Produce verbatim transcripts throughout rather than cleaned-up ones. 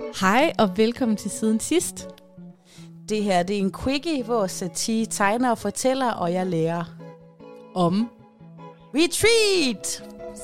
Hej og velkommen til Siden Sidst. Det her det er en quickie, hvor Satie tegner og fortæller, og jeg lærer om retreat.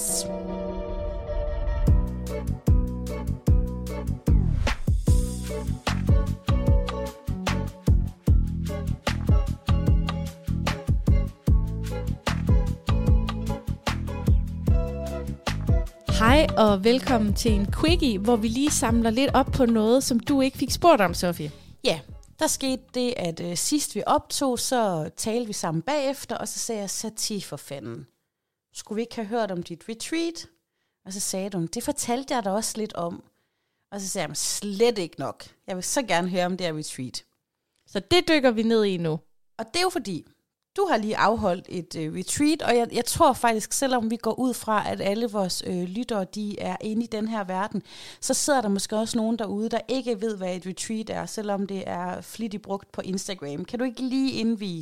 Hej og velkommen til en quickie, hvor vi lige samler lidt op på noget, som du ikke fik spurgt om, Sofie. Ja, der skete det, at øh, sidst vi optog, så talte vi sammen bagefter, og så sagde jeg, Satie for fanden, skulle vi ikke have hørt om dit retreat? Og så sagde du, det fortalte jeg dig også lidt om. Og så sagde jeg, slet ikke nok. Jeg vil så gerne høre om det her retreat. Så det dykker vi ned i nu. Og det er jo fordi, du har lige afholdt et øh, retreat, og jeg, jeg tror faktisk, selvom vi går ud fra, at alle vores øh, lyttere, de er inde i den her verden, så sidder der måske også nogen derude, der ikke ved, hvad et retreat er, selvom det er flittigt brugt på Instagram. Kan du ikke lige indvige?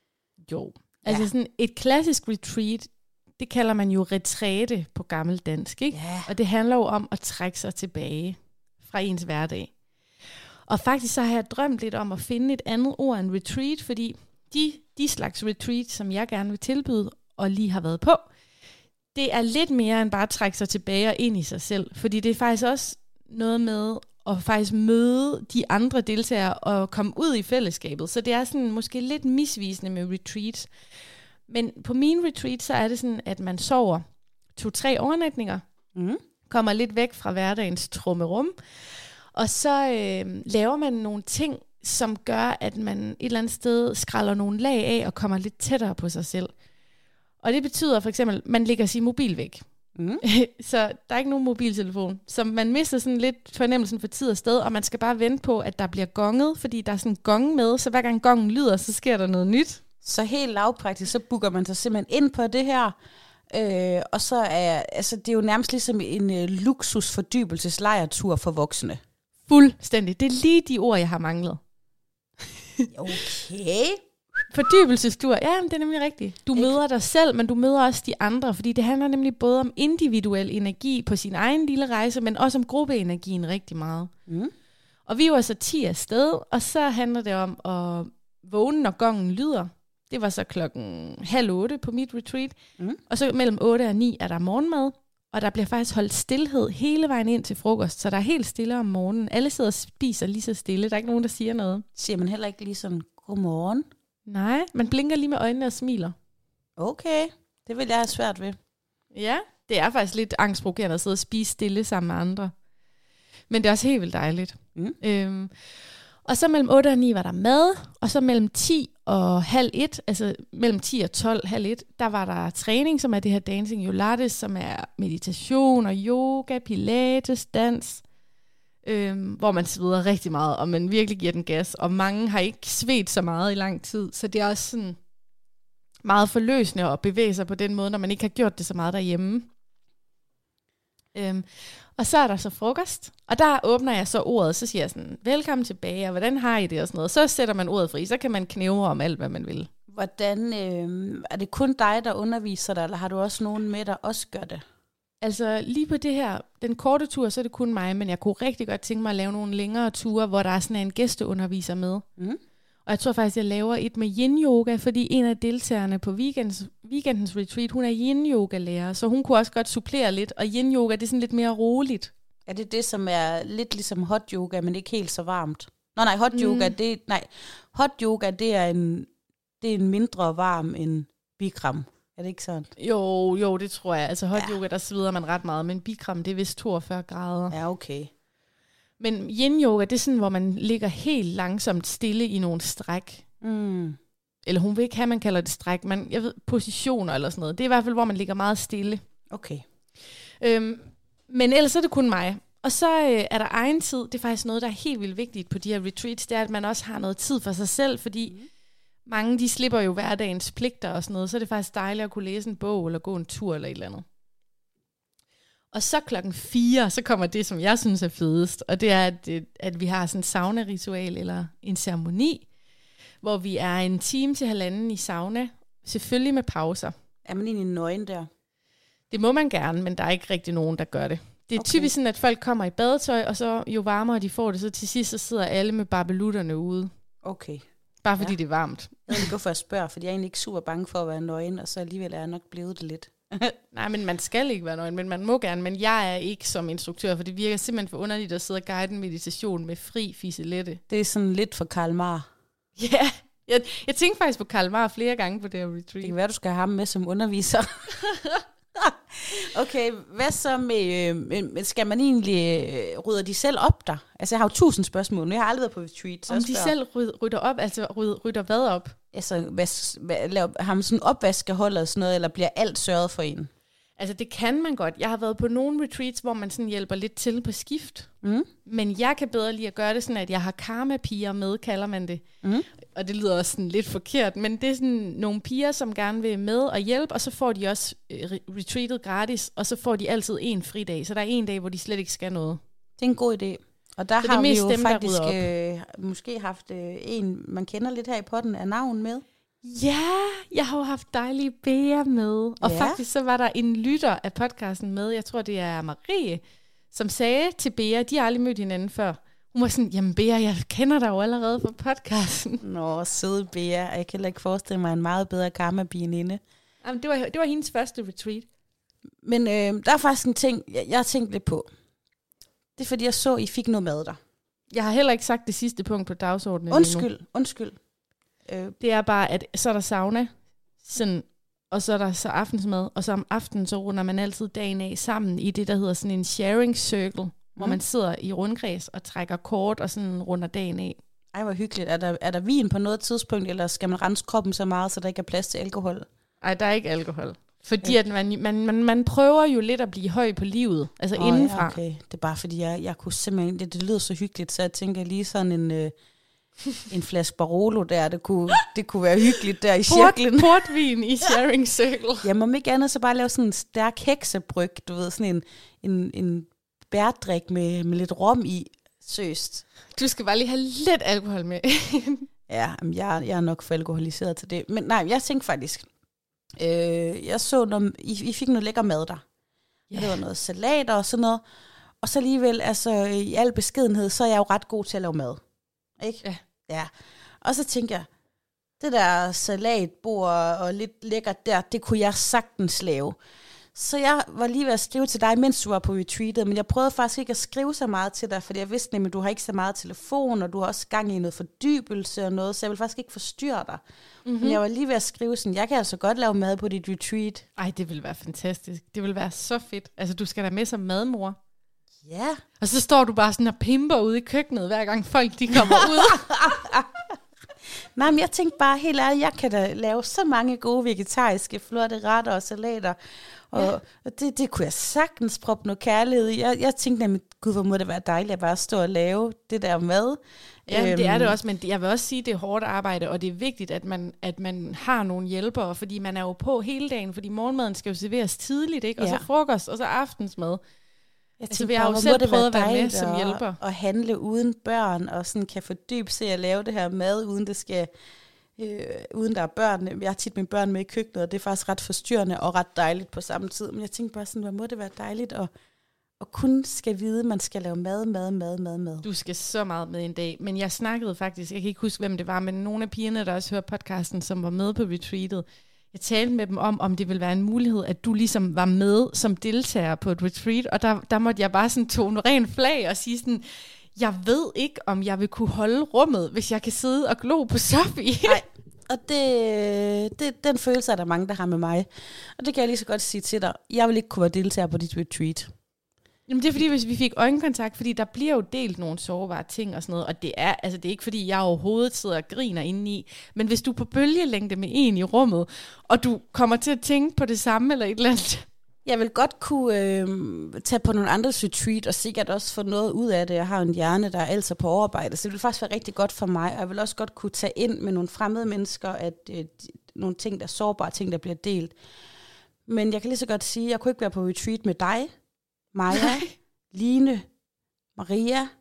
Jo. Altså ja. Sådan et klassisk retreat, det kalder man jo retræte på gammeldansk, ikke? Ja. Og det handler jo om at trække sig tilbage fra ens hverdag. Og faktisk så har jeg drømt lidt om at finde et andet ord end retreat, fordi de, de slags retreat, som jeg gerne vil tilbyde og lige har været på, det er lidt mere end bare at trække sig tilbage og ind i sig selv. Fordi det er faktisk også noget med at faktisk møde de andre deltagere og komme ud i fællesskabet. Så det er sådan måske lidt misvisende med retreats. Men på min retreat, så er det sådan, at man sover to-tre overnatninger, mm. kommer lidt væk fra hverdagens trummerum, og så øh, laver man nogle ting, som gør, at man et eller andet sted skræller nogle lag af og kommer lidt tættere på sig selv. Og det betyder for eksempel, at man lægger sin mobil væk. Mm. Så der er ikke nogen mobiltelefon. Så man mister sådan lidt fornemmelsen for tid og sted, og man skal bare vente på, at der bliver gonget, fordi der er sådan en gong med, så hver gang gongen lyder, så sker der noget nyt. Så helt lavpraktisk, så booker man sig simpelthen ind på det her, øh, og så er altså, det er jo nærmest ligesom en øh, luksusfordybelseslejrtur for voksne. Fuldstændig. Det er lige de ord, jeg har manglet. Okay. Fordybelsestur, ja, det er nemlig rigtigt. Du ikke. Møder dig selv, men du møder også de andre, fordi det handler nemlig både om individuel energi på sin egen lille rejse, men også om gruppeenergien rigtig meget. Mm. Og vi var så ti afsted, og så handler det om at vågne, når gongen lyder. Det var så klokken halv otte på mit retreat. Mm. Og så mellem otte og ni er der morgenmad. Og der bliver faktisk holdt stillhed hele vejen ind til frokost. Så der er helt stille om morgenen. Alle sidder og spiser lige så stille. Der er ikke nogen, der siger noget. Siger man heller ikke lige sådan, godmorgen? Nej, man blinker lige med øjnene og smiler. Okay, det vil jeg have svært ved. Ja, det er faktisk lidt angstprovokerende at sidde og spise stille sammen med andre. Men det er også helt vildt dejligt. Mm. Øhm, og så mellem otte og ni var der mad, og så mellem ti og halv et, altså mellem ti og tolv, halv et, der var der træning, som er det her Dancing Pilates, som er meditation og yoga, pilates, dans, øhm, hvor man sveder rigtig meget, og man virkelig giver den gas, og mange har ikke svedt så meget i lang tid, så det er også sådan meget forløsende at bevæge sig på den måde, når man ikke har gjort det så meget derhjemme. Øhm, og så er der så frokost, og der åbner jeg så ordet, så siger jeg sådan, velkommen tilbage, og hvordan har I det og sådan noget. Så sætter man ordet fri, så kan man knævre om alt, hvad man vil. Hvordan, øh, er det kun dig, der underviser dig, eller har du også nogen med, der også gør det? Altså lige på det her, den korte tur, så er det kun mig, men jeg kunne rigtig godt tænke mig at lave nogle længere ture, hvor der er sådan en gæsteunderviser med. Mm. Og jeg tror faktisk, jeg laver et med yin-yoga, fordi en af deltagerne på weekends, weekendens retreat, hun er yin-yoga-lærer, så hun kunne også godt supplere lidt. Og yin-yoga, det er sådan lidt mere roligt. Er det det, som er lidt ligesom hot yoga, men ikke helt så varmt? Nå nej, hot yoga, mm. det, nej, hot yoga, det er en, det er en mindre varm end Bikram. Er det ikke sådan? Jo, jo, det tror jeg. Altså hot ja. yoga, der sveder man ret meget, men Bikram, det er vist toogfyrre grader. Ja, okay. Men yin-yoga, det er sådan, hvor man ligger helt langsomt stille i nogle stræk. Mm. Eller hun vil ikke have, man kalder det stræk, men jeg ved, positioner eller sådan noget. Det er i hvert fald, hvor man ligger meget stille. Okay. Øhm, men ellers er det kun mig. Og så øh, er der egen tid. Det er faktisk noget, der er helt vildt vigtigt på de her retreats. Det er, at man også har noget tid for sig selv, fordi mm. mange, de slipper jo hverdagens pligter og sådan noget. Så er det faktisk dejligt at kunne læse en bog, eller gå en tur, eller et eller andet. Og så klokken fire, så kommer det, som jeg synes er fedest, og det er, at, at vi har sådan en sauna-ritual, eller en ceremoni, hvor vi er en time til halvanden i sauna, selvfølgelig med pauser. Er man egentlig nøgen der? Det må man gerne, men der er ikke rigtig nogen, der gør det. Det er Okay. typisk sådan, at folk kommer i badetøj, og så jo varmere de får det, så til sidst så sidder alle med barbelutterne ude. Okay. Bare fordi Ja. det er varmt. Jeg ved ikke, hvorfor jeg spørger, fordi jeg er egentlig ikke super bange for at være nøgen, og så alligevel er jeg nok blevet det lidt. Nej, men man skal ikke være nøgen, men man må gerne. Men jeg er ikke som instruktør, for det virker simpelthen for underligt at sidde og guide en meditation med fri fiselette. Det er sådan lidt for Karl Marr. Ja, jeg, jeg tænkte faktisk på Karl Marr flere gange på det her retreat. Det kan være, du skal have ham med som underviser. Okay, hvad så med, øh, skal man egentlig, øh, rydder de selv op der? Altså, jeg har jo tusind spørgsmål, nu jeg har aldrig været på retreat. Så Om de selv rydder, rydder op, altså rydder, rydder hvad op? Altså, hvad, hvad, laver, har man sådan opvaskehold og sådan noget, eller bliver alt sørget for en? Altså, det kan man godt. Jeg har været på nogle retreats, hvor man sådan hjælper lidt til på skift. Mm. Men jeg kan bedre lide at gøre det sådan, at jeg har karma-piger med, kalder man det. Mm. Og det lyder også sådan lidt forkert, men det er sådan nogle piger, som gerne vil med og hjælpe, og så får de også øh, retreatet gratis, og så får de altid en fridag. Så der er en dag, hvor de slet ikke skal noget. Det er en god idé. Og der Så har det er vi mest jo dem, der faktisk rydder øh, måske haft øh, en, man kender lidt her i potten, af navn med. Ja, jeg har jo haft dejlige Bea med. Og Ja. faktisk så var der en lytter af podcasten med, jeg tror det er Marie, som sagde til Bea, de har aldrig mødt hinanden før. Hun var sådan, jamen Bea, jeg kender dig jo allerede fra podcasten. Nå, søde Bea. Jeg kan heller ikke forestille mig en meget bedre karma-pige end hende. Jamen, det var, det var hendes første retreat. Men øh, der er faktisk en ting, jeg, jeg har tænkt lidt på. Det er fordi, jeg så, I fik noget mad der. Jeg har heller ikke sagt det sidste punkt på dagsordenen Undskyld, endnu. undskyld. Øh, Det er bare, at så er der sauna, sådan, og så er der så aftensmad, og så om aftenen, så runder man altid dagen af sammen i det, der hedder sådan en sharing circle, mm. hvor man sidder i rundkreds og trækker kort og sådan runder dagen af. ej, hvor hyggeligt. Er der, er der vin på noget tidspunkt, eller skal man rense kroppen så meget, så der ikke er plads til alkohol? Ej, der er ikke alkohol. Fordi at man, man, man, man prøver jo lidt at blive høj på livet, altså oh, indenfra. Ja, okay. Det er bare fordi, jeg, jeg kunne simpelthen, det, det lyder så hyggeligt, så jeg tænker lige sådan en, øh, en flaske Barolo der, det kunne, det kunne være hyggeligt der i cirklen. Port, portvin i sharing circle. Jamen om ikke andet, så bare lave sådan en stærk heksebryg, du ved, sådan en, en, en bærdrik med, med lidt rom i, søst. Du skal bare lige have lidt alkohol med. Ja, jamen, jeg, jeg er nok for alkoholiseret til det. Men nej, jeg tænkte faktisk, øh, jeg så, når I, I fik noget lækker mad der. Yeah. Det var noget salat og sådan noget. Og så alligevel, altså i al beskedenhed, så er jeg jo ret god til at lave mad. Ikke? Ja. Ja. Og så tænker jeg, det der salatbord og lidt lækkert der, det kunne jeg sagtens lave. Så jeg var lige ved at skrive til dig, mens du var på retreatet, men jeg prøvede faktisk ikke at skrive så meget til dig, fordi jeg vidste nemlig, at du har ikke så meget telefon, og du har også gang i noget fordybelse og noget, så jeg vil faktisk ikke forstyrre dig. Mm-hmm. Men jeg var lige ved at skrive sådan, jeg kan altså godt lave mad på dit retreat. Ej, det vil være fantastisk. Det vil være så fedt. Altså, du skal da med som madmor. Ja. Og så står du bare sådan og pimper ude i køkkenet, hver gang folk de kommer ud. Nej, men jeg tænkte bare helt ærligt, jeg kan da lave så mange gode vegetariske, flotte retter og salater. Og, ja. og det, det kunne jeg sagtens proppe noget kærlighed i. Jeg, jeg tænkte nemlig, gud, hvor må det være dejligt at bare stå og lave det der mad. Ja, øhm. det er det også, men jeg vil også sige, at det er hårdt arbejde, og det er vigtigt, at man, at man har nogle hjælpere, fordi man er jo på hele dagen, fordi morgenmaden skal jo serveres tidligt, ikke? Og ja. så frokost, og så aftensmad. Jeg altså, vi har jo selv prøvet at være med som hjælper. At, at handle uden børn, og sådan kan fordybe sig at lave det her mad, uden det skal... Øh, uden der er børn. Jeg har tit mine børn med i køkkenet, og det er faktisk ret forstyrrende og ret dejligt på samme tid. Men jeg tænkte bare sådan, hvor må det være dejligt at, at kun skal vide, at man skal lave mad, mad, mad, mad, mad. Du skal så meget med en dag. Men jeg snakkede faktisk, jeg kan ikke huske, hvem det var, men nogle af pigerne, der også hører podcasten, som var med på retreatet, jeg talte med dem om, om det ville være en mulighed, at du ligesom var med som deltager på et retreat, og der, der måtte jeg bare sådan tone ren flag og sige sådan, jeg ved ikke, om jeg vil kunne holde rummet, hvis jeg kan sidde og glo på Sofie. Nej, og det, det, den følelse er der mange, der har med mig. Og det kan jeg lige så godt sige til dig. Jeg vil ikke kunne være deltager på dit retreat. Jamen det er fordi, hvis vi fik øjenkontakt, fordi der bliver jo delt nogle sårbare ting og sådan noget, og det er, altså det er ikke fordi, jeg overhovedet sidder og griner indeni, men hvis du er på bølgelængde med en i rummet, og du kommer til at tænke på det samme eller et eller andet. Jeg vil godt kunne øh, tage på nogle andres retreat, og sikkert også få noget ud af det. Jeg har en hjerne, der er altså på overarbejde, så det vil faktisk være rigtig godt for mig, og jeg vil også godt kunne tage ind med nogle fremmede mennesker, at øh, nogle ting, der er sårbare, ting, der bliver delt. Men jeg kan lige så godt sige, at jeg kunne ikke være på retreat med dig, Maja, Line, Maria,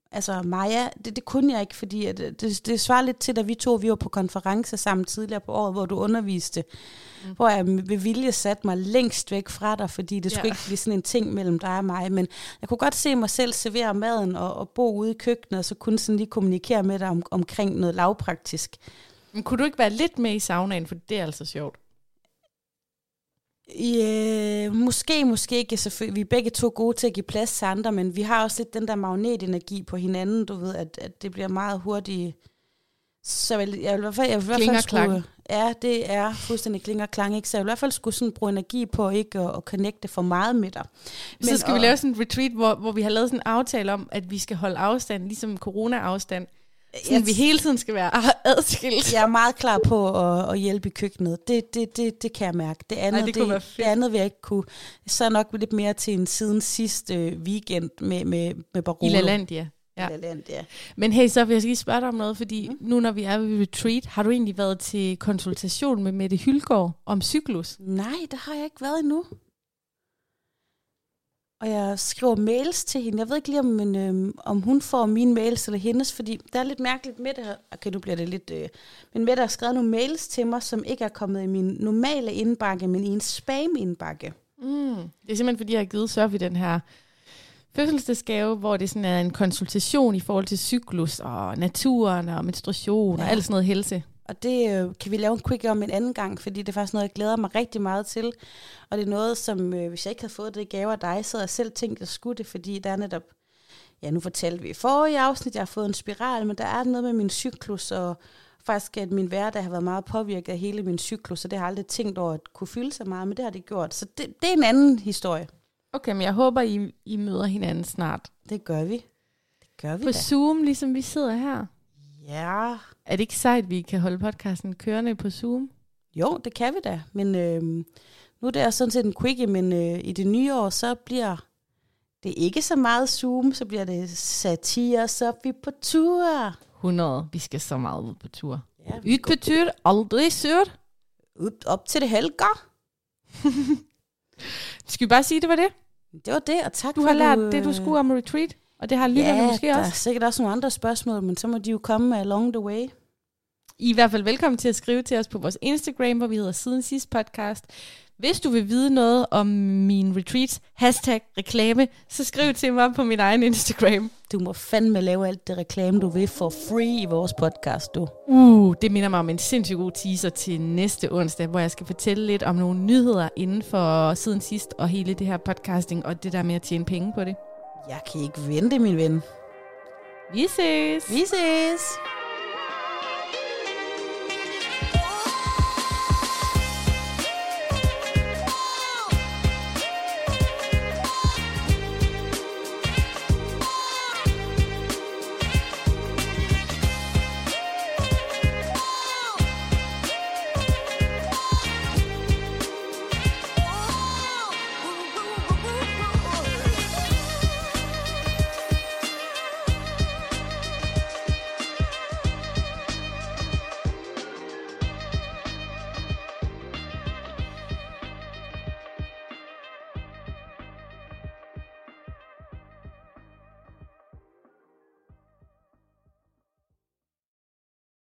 altså Maja, det, det kunne jeg ikke, fordi at det, det svarer lidt til, da vi to vi var på konference sammen tidligere på året, hvor du underviste, mm. hvor jeg ved vilje satte mig længst væk fra dig, fordi det skulle ja. ikke blive sådan en ting mellem dig og mig, men jeg kunne godt se mig selv servere maden og, og bo ude i køkkenet, og så kunne sådan lige kommunikere med dig om, omkring noget lavpraktisk. Men kunne du ikke være lidt med i saunaen, for det er altså sjovt? Ja, måske, måske ikke selvfølgelig. Vi er begge to gode til at give plads til andre, men vi har også lidt den der magnetenergi på hinanden, du ved, at, at det bliver meget hurtigt. Så jeg vil, jeg vil i hvert fald, jeg vil i hvert fald skulle, ja, det er fuldstændig klinger klang, ikke? Så jeg vil i hvert fald skulle sådan bruge energi på ikke at, at connecte for meget med dig. Men, så skal og, vi lave sådan en retreat, hvor, hvor vi har lavet sådan en aftale om, at vi skal holde afstand, ligesom corona-afstand. Sådan, jeg, vi hele tiden skal være adskilt. Jeg er meget klar på at, at hjælpe i køkkenet. Det, det, det, det kan jeg mærke. Det andet, Ej, det, det, det andet vil jeg ikke kunne. Så nok lidt mere til en siden sidste weekend med, med, med Barolo. I LaLandia. Ja. LaLandia. Men hey, så vil jeg lige spørge dig om noget, fordi mm. nu når vi er ved retreat, har du egentlig været til konsultation med Mette Hylgaard om cyklus? Nej, det har jeg ikke været endnu. Og jeg skriver mails til hende. Jeg ved ikke lige, om, men, øh, om hun får mine mails eller hendes, fordi det er lidt mærkeligt med det her. Okay, nu bliver det lidt... Øh, men Mette har skrevet nogle mails til mig, som ikke er kommet i min normale indbakke, men i en spam-indbakke. Mm. Det er simpelthen, fordi jeg har givet Sofie den her fødselsdagsgave, hvor det sådan er en konsultation i forhold til cyklus og naturen og menstruation ja. og alt sådan noget helse. Og det øh, kan vi lave en quick om en anden gang, fordi det er faktisk noget, jeg glæder mig rigtig meget til. Og det er noget, som øh, hvis jeg ikke havde fået det gave af dig, så havde jeg selv tænkt, at jeg skulle det, fordi der er netop, ja nu fortalte vi i forrige afsnit, jeg har fået en spiral, men der er noget med min cyklus, og faktisk at min hverdag har været meget påvirket af hele min cyklus, og det har jeg aldrig tænkt over at kunne fylde så meget, men det har det gjort. Så det, det er en anden historie. Okay, men jeg håber, I, I møder hinanden snart. Det gør vi. Det gør vi På da. Zoom, ligesom vi sidder her. Ja. Er det ikke sejt, at vi kan holde podcasten kørende på Zoom? Jo, det kan vi da. Men øh, nu er det sådan set en quickie, men øh, i det nye år, så bliver det ikke så meget Zoom, så bliver det satire, så er vi på tur. hundrede. Vi skal så meget ud på tur. Ja, ud på tur, aldrig sur. Ud, op til det helger. Skal vi bare sige, det var det? Det var det, og tak du for har lært du, det, du skulle om retreat. Og det har lytterne ja, måske også. Ja, der er sikkert også nogle andre spørgsmål, men så må de jo komme along the way. I er i hvert fald velkommen til at skrive til os på vores Instagram, hvor vi hedder Siden Sidst Podcast. Hvis du vil vide noget om min retreats, hashtag reklame, så skriv til mig på min egen Instagram. Du må fandme lave alt det reklame, du vil for free i vores podcast, du. Uh, det minder mig om en sindssygt god teaser til næste onsdag, hvor jeg skal fortælle lidt om nogle nyheder inden for Siden Sidst og hele det her podcasting og det der med at tjene penge på det. Jeg kan ikke vente, min ven. Vi ses! Vi ses!